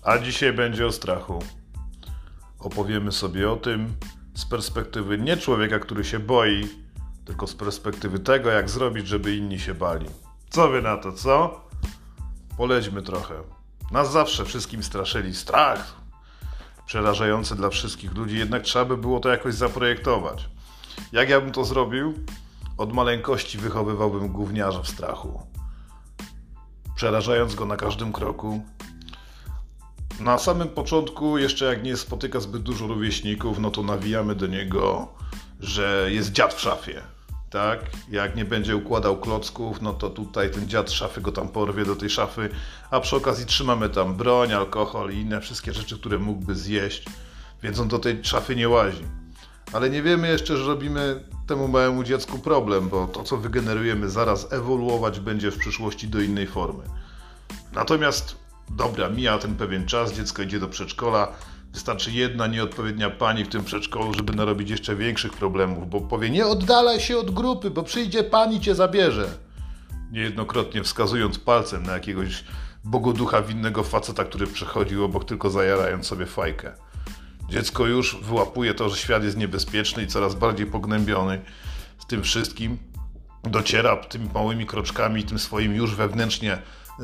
A dzisiaj będzie o strachu. Opowiemy sobie o tym z perspektywy nie człowieka, który się boi, tylko z perspektywy tego, jak zrobić, żeby inni się bali. Co wy na to, co? Polećmy trochę. Nas zawsze wszystkim straszyli. Strach przerażający dla wszystkich ludzi, jednak trzeba by było to jakoś zaprojektować. Jak ja bym to zrobił? Od maleńkości wychowywałbym gówniarza w strachu, przerażając go na każdym kroku. Na samym początku, jeszcze jak nie spotyka zbyt dużo rówieśników, no to nawijamy do niego, że jest dziad w szafie. Tak? Jak nie będzie układał klocków, no to tutaj ten dziad z szafy go tam porwie do tej szafy, a przy okazji trzymamy tam broń, alkohol i inne wszystkie rzeczy, które mógłby zjeść, więc on do tej szafy nie łazi. Ale nie wiemy jeszcze, że robimy temu małemu dziecku problem, bo to, co wygenerujemy, zaraz ewoluować będzie w przyszłości do innej formy. Natomiast, dobra, mija ten pewien czas, dziecko idzie do przedszkola, wystarczy jedna nieodpowiednia pani w tym przedszkolu, żeby narobić jeszcze większych problemów, bo powie: nie oddalaj się od grupy, bo przyjdzie pani i cię zabierze. Niejednokrotnie wskazując palcem na jakiegoś bogoducha winnego faceta, który przechodził obok, tylko zajarając sobie fajkę. Dziecko już wyłapuje to, że świat jest niebezpieczny i coraz bardziej pognębiony z tym wszystkim. Dociera tymi małymi kroczkami, tym swoim już wewnętrznie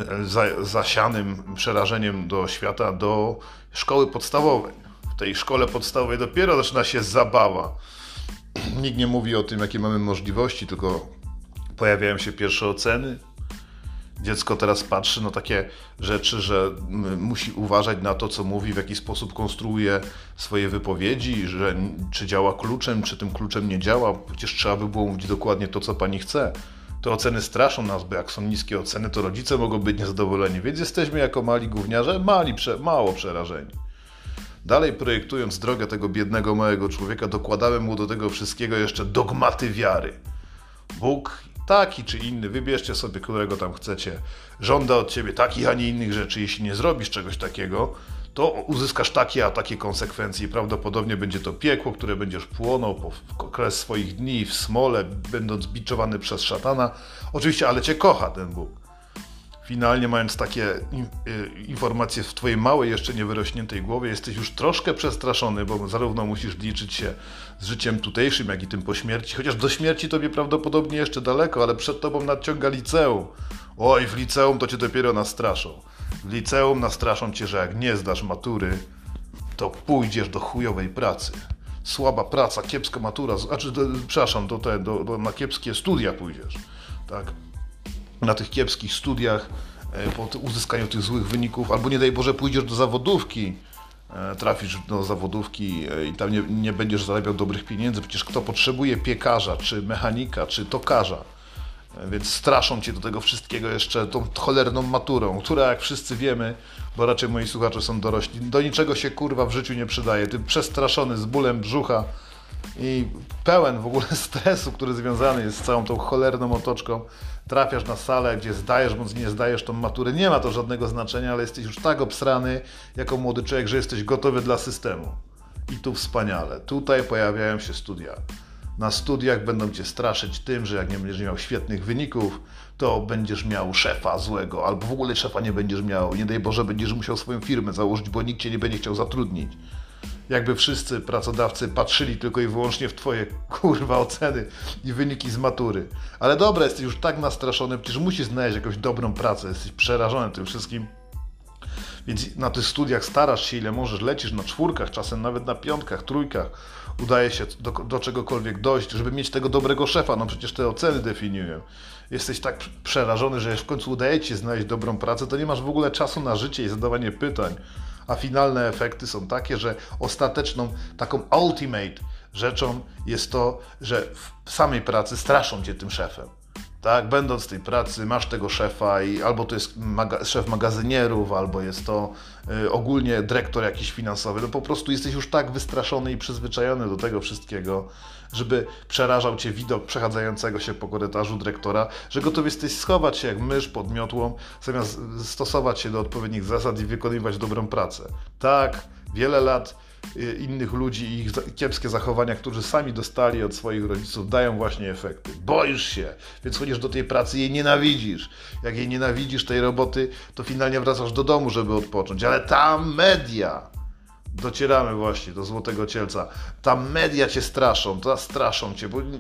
zasianym przerażeniem do świata, do szkoły podstawowej. W tej szkole podstawowej dopiero zaczyna się zabawa. Nikt nie mówi o tym, jakie mamy możliwości, tylko pojawiają się pierwsze oceny. Dziecko teraz patrzy na takie rzeczy, że musi uważać na to, co mówi, w jaki sposób konstruuje swoje wypowiedzi, że czy działa kluczem, czy tym kluczem nie działa. Przecież trzeba by było mówić dokładnie to, co pani chce. Te oceny straszą nas, bo jak są niskie oceny, to rodzice mogą być niezadowoleni, więc jesteśmy jako mali gówniarze mało przerażeni. Dalej, projektując drogę tego biednego małego człowieka, dokładamy mu do tego wszystkiego jeszcze dogmaty wiary. Bóg taki czy inny, wybierzcie sobie, którego tam chcecie, żąda od ciebie takich, a nie innych rzeczy. Jeśli nie zrobisz czegoś takiego, to uzyskasz takie, a takie konsekwencje i prawdopodobnie będzie to piekło, które będziesz płonął po kres swoich dni w smole, będąc biczowany przez szatana. Oczywiście, ale cię kocha ten Bóg. Finalnie, mając takie informacje w twojej małej, jeszcze niewyrośniętej głowie, jesteś już troszkę przestraszony, bo zarówno musisz liczyć się z życiem tutejszym, jak i tym po śmierci. Chociaż do śmierci tobie prawdopodobnie jeszcze daleko, ale przed tobą nadciąga liceum. Oj, w liceum to cię dopiero nastraszą. W liceum nastraszą cię, że jak nie zdasz matury, to pójdziesz do chujowej pracy. Słaba praca, kiepska matura, na kiepskie studia pójdziesz. Tak? Na tych kiepskich studiach, po uzyskaniu tych złych wyników, albo nie daj Boże pójdziesz do zawodówki, trafisz do zawodówki i tam nie będziesz zarabiał dobrych pieniędzy. Przecież kto potrzebuje piekarza, czy mechanika, czy tokarza? Więc straszą cię do tego wszystkiego jeszcze tą cholerną maturą, która, jak wszyscy wiemy, bo raczej moi słuchacze są dorośli, do niczego się kurwa w życiu nie przydaje. Ty przestraszony, z bólem brzucha i pełen w ogóle stresu, który związany jest z całą tą cholerną otoczką, trafiasz na salę, gdzie zdajesz bądź nie zdajesz tą maturę. Nie ma to żadnego znaczenia, ale jesteś już tak obsrany jako młody człowiek, że jesteś gotowy dla systemu. I tu wspaniale. Tutaj pojawiają się studia. Na studiach będą cię straszyć tym, że jak nie będziesz miał świetnych wyników, to będziesz miał szefa złego, albo w ogóle szefa nie będziesz miał. Nie daj Boże, będziesz musiał swoją firmę założyć, bo nikt cię nie będzie chciał zatrudnić. Jakby wszyscy pracodawcy patrzyli tylko i wyłącznie w twoje kurwa oceny i wyniki z matury. Ale dobra, jesteś już tak nastraszony, przecież musisz znaleźć jakąś dobrą pracę, jesteś przerażony tym wszystkim. Więc na tych studiach starasz się ile możesz, lecisz na 4, czasem nawet na 5, 3. Udaje się do czegokolwiek dojść, żeby mieć tego dobrego szefa, no przecież te oceny definiują. Jesteś tak przerażony, że w końcu udaje ci się znaleźć dobrą pracę, to nie masz w ogóle czasu na życie i zadawanie pytań. A finalne efekty są takie, że ostateczną, taką ultimate rzeczą jest to, że w samej pracy straszą cię tym szefem. Tak, będąc w tej pracy, masz tego szefa i albo to jest szef magazynierów, albo jest to ogólnie dyrektor jakiś finansowy. No po prostu jesteś już tak wystraszony i przyzwyczajony do tego wszystkiego, żeby przerażał cię widok przechadzającego się po korytarzu dyrektora, że gotowy jesteś schować się jak mysz pod miotłą, zamiast stosować się do odpowiednich zasad i wykonywać dobrą pracę. Tak, wiele lat innych ludzi i ich kiepskie zachowania, którzy sami dostali od swoich rodziców, dają właśnie efekty. Boisz się, więc chodzisz do tej pracy i jej nienawidzisz. Jak jej nienawidzisz, tej roboty, to finalnie wracasz do domu, żeby odpocząć. Ale tam media, docieramy właśnie do Złotego Cielca, tam media cię straszą cię, bo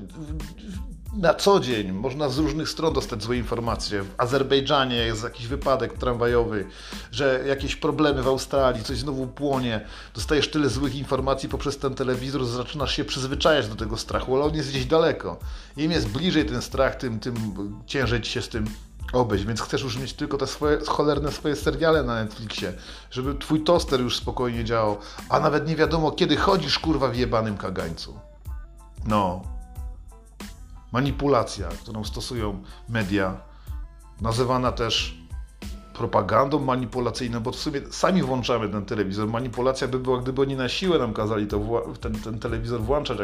na co dzień można z różnych stron dostać złe informacje. W Azerbejdżanie jest jakiś wypadek tramwajowy, że jakieś problemy w Australii, coś znowu płonie. Dostajesz tyle złych informacji poprzez ten telewizor, że zaczynasz się przyzwyczajać do tego strachu, ale on jest gdzieś daleko. Im jest bliżej ten strach, tym ciężej ci się z tym obejść, więc chcesz już mieć tylko te swoje seriale na Netflixie, żeby twój toster już spokojnie działał, a nawet nie wiadomo kiedy chodzisz, kurwa, w jebanym kagańcu. No. Manipulacja, którą stosują media, nazywana też propagandą manipulacyjną, bo w sumie sami włączamy ten telewizor. Manipulacja by była, gdyby oni na siłę nam kazali ten telewizor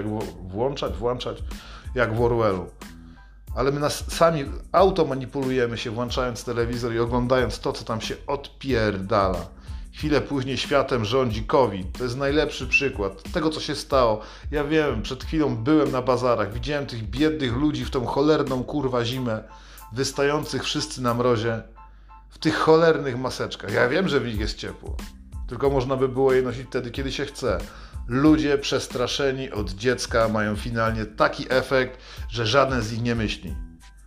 włączać jak w Orwellu. Ale my nas sami automanipulujemy się, włączając telewizor i oglądając to, co tam się odpierdala. Chwilę później światem rządzi COVID. To jest najlepszy przykład tego, co się stało. Ja wiem, przed chwilą byłem na bazarach, widziałem tych biednych ludzi w tą cholerną kurwa zimę, wystających wszyscy na mrozie, w tych cholernych maseczkach. Ja wiem, że w nich jest ciepło, tylko można by było je nosić wtedy, kiedy się chce. Ludzie przestraszeni od dziecka mają finalnie taki efekt, że żaden z nich nie myśli.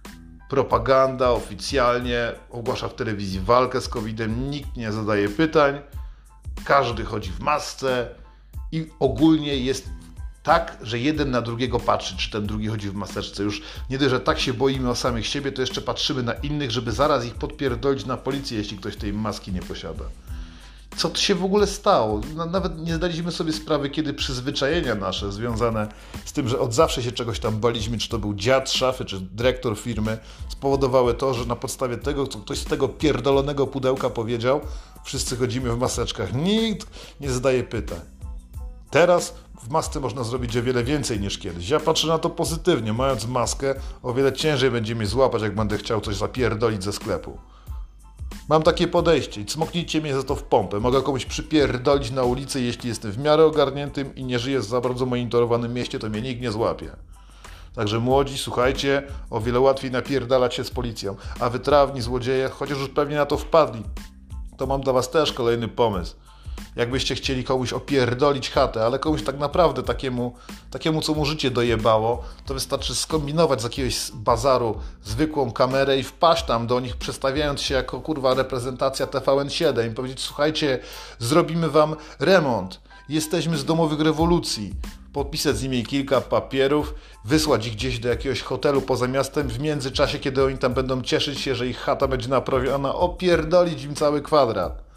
Propaganda oficjalnie ogłasza w telewizji walkę z COVID-em, nikt nie zadaje pytań, każdy chodzi w masce i ogólnie jest tak, że jeden na drugiego patrzy, czy ten drugi chodzi w maseczce. Już nie dość, że tak się boimy o samych siebie, to jeszcze patrzymy na innych, żeby zaraz ich podpierdolić na policję, jeśli ktoś tej maski nie posiada. Co to się w ogóle stało? Nawet nie zdaliśmy sobie sprawy, kiedy przyzwyczajenia nasze związane z tym, że od zawsze się czegoś tam baliśmy, czy to był dziad szafy, czy dyrektor firmy, spowodowały to, że na podstawie tego, co ktoś z tego pierdolonego pudełka powiedział, wszyscy chodzimy w maseczkach. Nikt nie zadaje pytań. Teraz w masce można zrobić o wiele więcej niż kiedyś. Ja patrzę na to pozytywnie. Mając maskę, o wiele ciężej będzie mi złapać, jak będę chciał coś zapierdolić ze sklepu. Mam takie podejście i cmoknijcie mnie za to w pompę. Mogę komuś przypierdolić na ulicy, jeśli jestem w miarę ogarniętym i nie żyję w za bardzo monitorowanym mieście, to mnie nikt nie złapie. Także młodzi, słuchajcie, o wiele łatwiej napierdalać się z policją. A wytrawni złodzieje, chociaż już pewnie na to wpadli, to mam dla was też kolejny pomysł. Jakbyście chcieli komuś opierdolić chatę, ale komuś tak naprawdę takiemu co mu życie dojebało, to wystarczy skombinować z jakiegoś bazaru zwykłą kamerę i wpaść tam do nich, przedstawiając się jako kurwa reprezentacja TVN7 i powiedzieć: słuchajcie, zrobimy wam remont, jesteśmy z domowych rewolucji. Podpisać z nimi kilka papierów, wysłać ich gdzieś do jakiegoś hotelu poza miastem, w międzyczasie, kiedy oni tam będą cieszyć się, że ich chata będzie naprawiona, opierdolić im cały kwadrat.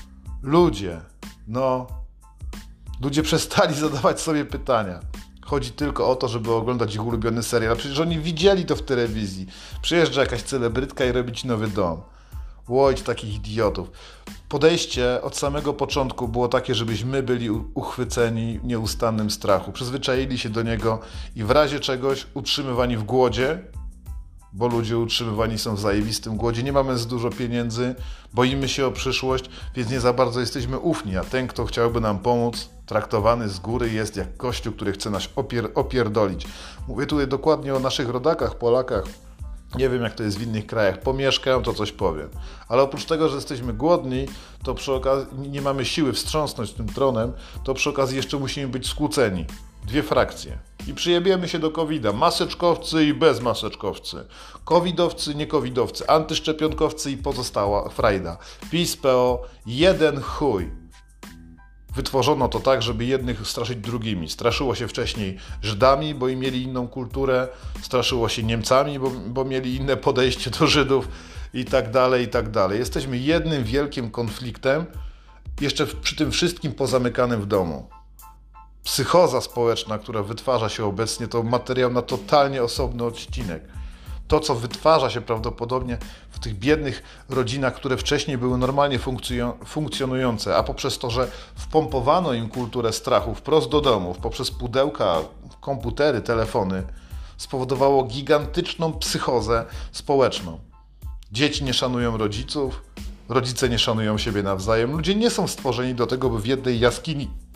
Ludzie przestali zadawać sobie pytania. Chodzi tylko o to, żeby oglądać ich ulubiony serial. Przecież oni widzieli to w telewizji. Przyjeżdża jakaś celebrytka i robi ci nowy dom. Łojć takich idiotów. Podejście od samego początku było takie, żebyśmy byli uchwyceni w nieustannym strachu. Przyzwyczaili się do niego i w razie czegoś utrzymywani w głodzie, bo ludzie utrzymywani są w zajebistym głodzie, nie mamy za dużo pieniędzy, boimy się o przyszłość, więc nie za bardzo jesteśmy ufni, a ten, kto chciałby nam pomóc, traktowany z góry jest jak gościu, który chce nas opierdolić. Mówię tutaj dokładnie o naszych rodakach, Polakach. Nie wiem, jak to jest w innych krajach. Pomieszkam, to coś powiem. Ale oprócz tego, że jesteśmy głodni, to przy okazji nie mamy siły wstrząsnąć tym tronem, to przy okazji jeszcze musimy być skłóceni. Dwie frakcje. I przyjebiemy się do COVID-a. Maseczkowcy i bezmaseczkowcy. Covidowcy, niekowidowcy. Antyszczepionkowcy i pozostała frajda. PiS, PO, jeden chuj. Wytworzono to tak, żeby jednych straszyć drugimi. Straszyło się wcześniej Żydami, bo i mieli inną kulturę. Straszyło się Niemcami, bo mieli inne podejście do Żydów i tak dalej, i tak dalej. Jesteśmy jednym wielkim konfliktem, jeszcze przy tym wszystkim pozamykanym w domu. Psychoza społeczna, która wytwarza się obecnie, to materiał na totalnie osobny odcinek. To, co wytwarza się prawdopodobnie w tych biednych rodzinach, które wcześniej były normalnie funkcjonujące, a poprzez to, że wpompowano im kulturę strachu wprost do domów, poprzez pudełka, komputery, telefony, spowodowało gigantyczną psychozę społeczną. Dzieci nie szanują rodziców, rodzice nie szanują siebie nawzajem. Ludzie nie są stworzeni do tego, by w jednej jaskini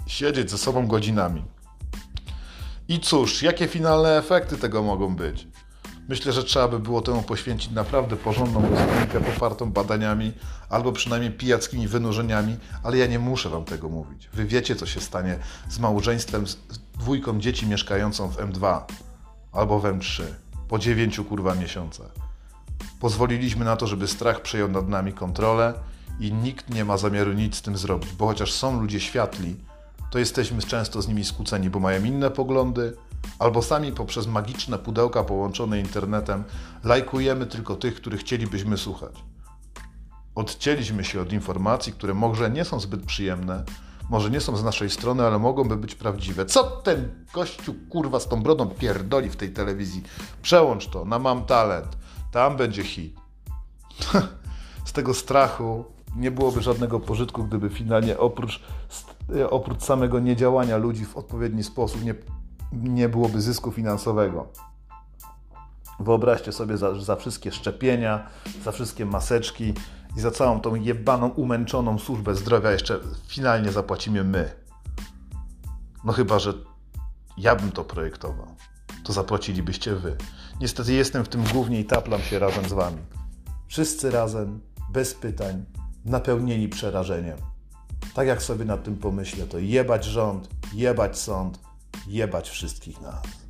siedzieć ze sobą godzinami. I cóż, jakie finalne efekty tego mogą być? Myślę, że trzeba by było temu poświęcić naprawdę porządną rozkminkę popartą badaniami albo przynajmniej pijackimi wynurzeniami, ale ja nie muszę wam tego mówić. Wy wiecie, co się stanie z małżeństwem, z dwójką dzieci mieszkającą w M2 albo w M3 po 9 miesiącach. Pozwoliliśmy na to, żeby strach przejął nad nami kontrolę i nikt nie ma zamiaru nic z tym zrobić, bo chociaż są ludzie światli, to jesteśmy często z nimi skłóceni, bo mają inne poglądy, albo sami poprzez magiczne pudełka połączone internetem lajkujemy tylko tych, których chcielibyśmy słuchać. Odcięliśmy się od informacji, które może nie są zbyt przyjemne, może nie są z naszej strony, ale mogą być prawdziwe. Co ten gościu kurwa z tą brodą pierdoli w tej telewizji? Przełącz to na Mam Talent, tam będzie hit. Z tego strachu nie byłoby żadnego pożytku, gdyby finalnie oprócz samego niedziałania ludzi w odpowiedni sposób nie byłoby zysku finansowego. Wyobraźcie sobie za wszystkie szczepienia, za wszystkie maseczki i za całą tą jebaną, umęczoną służbę zdrowia jeszcze finalnie zapłacimy my. No chyba, że ja bym to projektował. To zapłacilibyście wy. Niestety jestem w tym głównie i taplam się razem z wami. Wszyscy razem, bez pytań, napełnieni przerażeniem. Tak jak sobie nad tym pomyślę, to jebać rząd, jebać sąd, jebać wszystkich nas.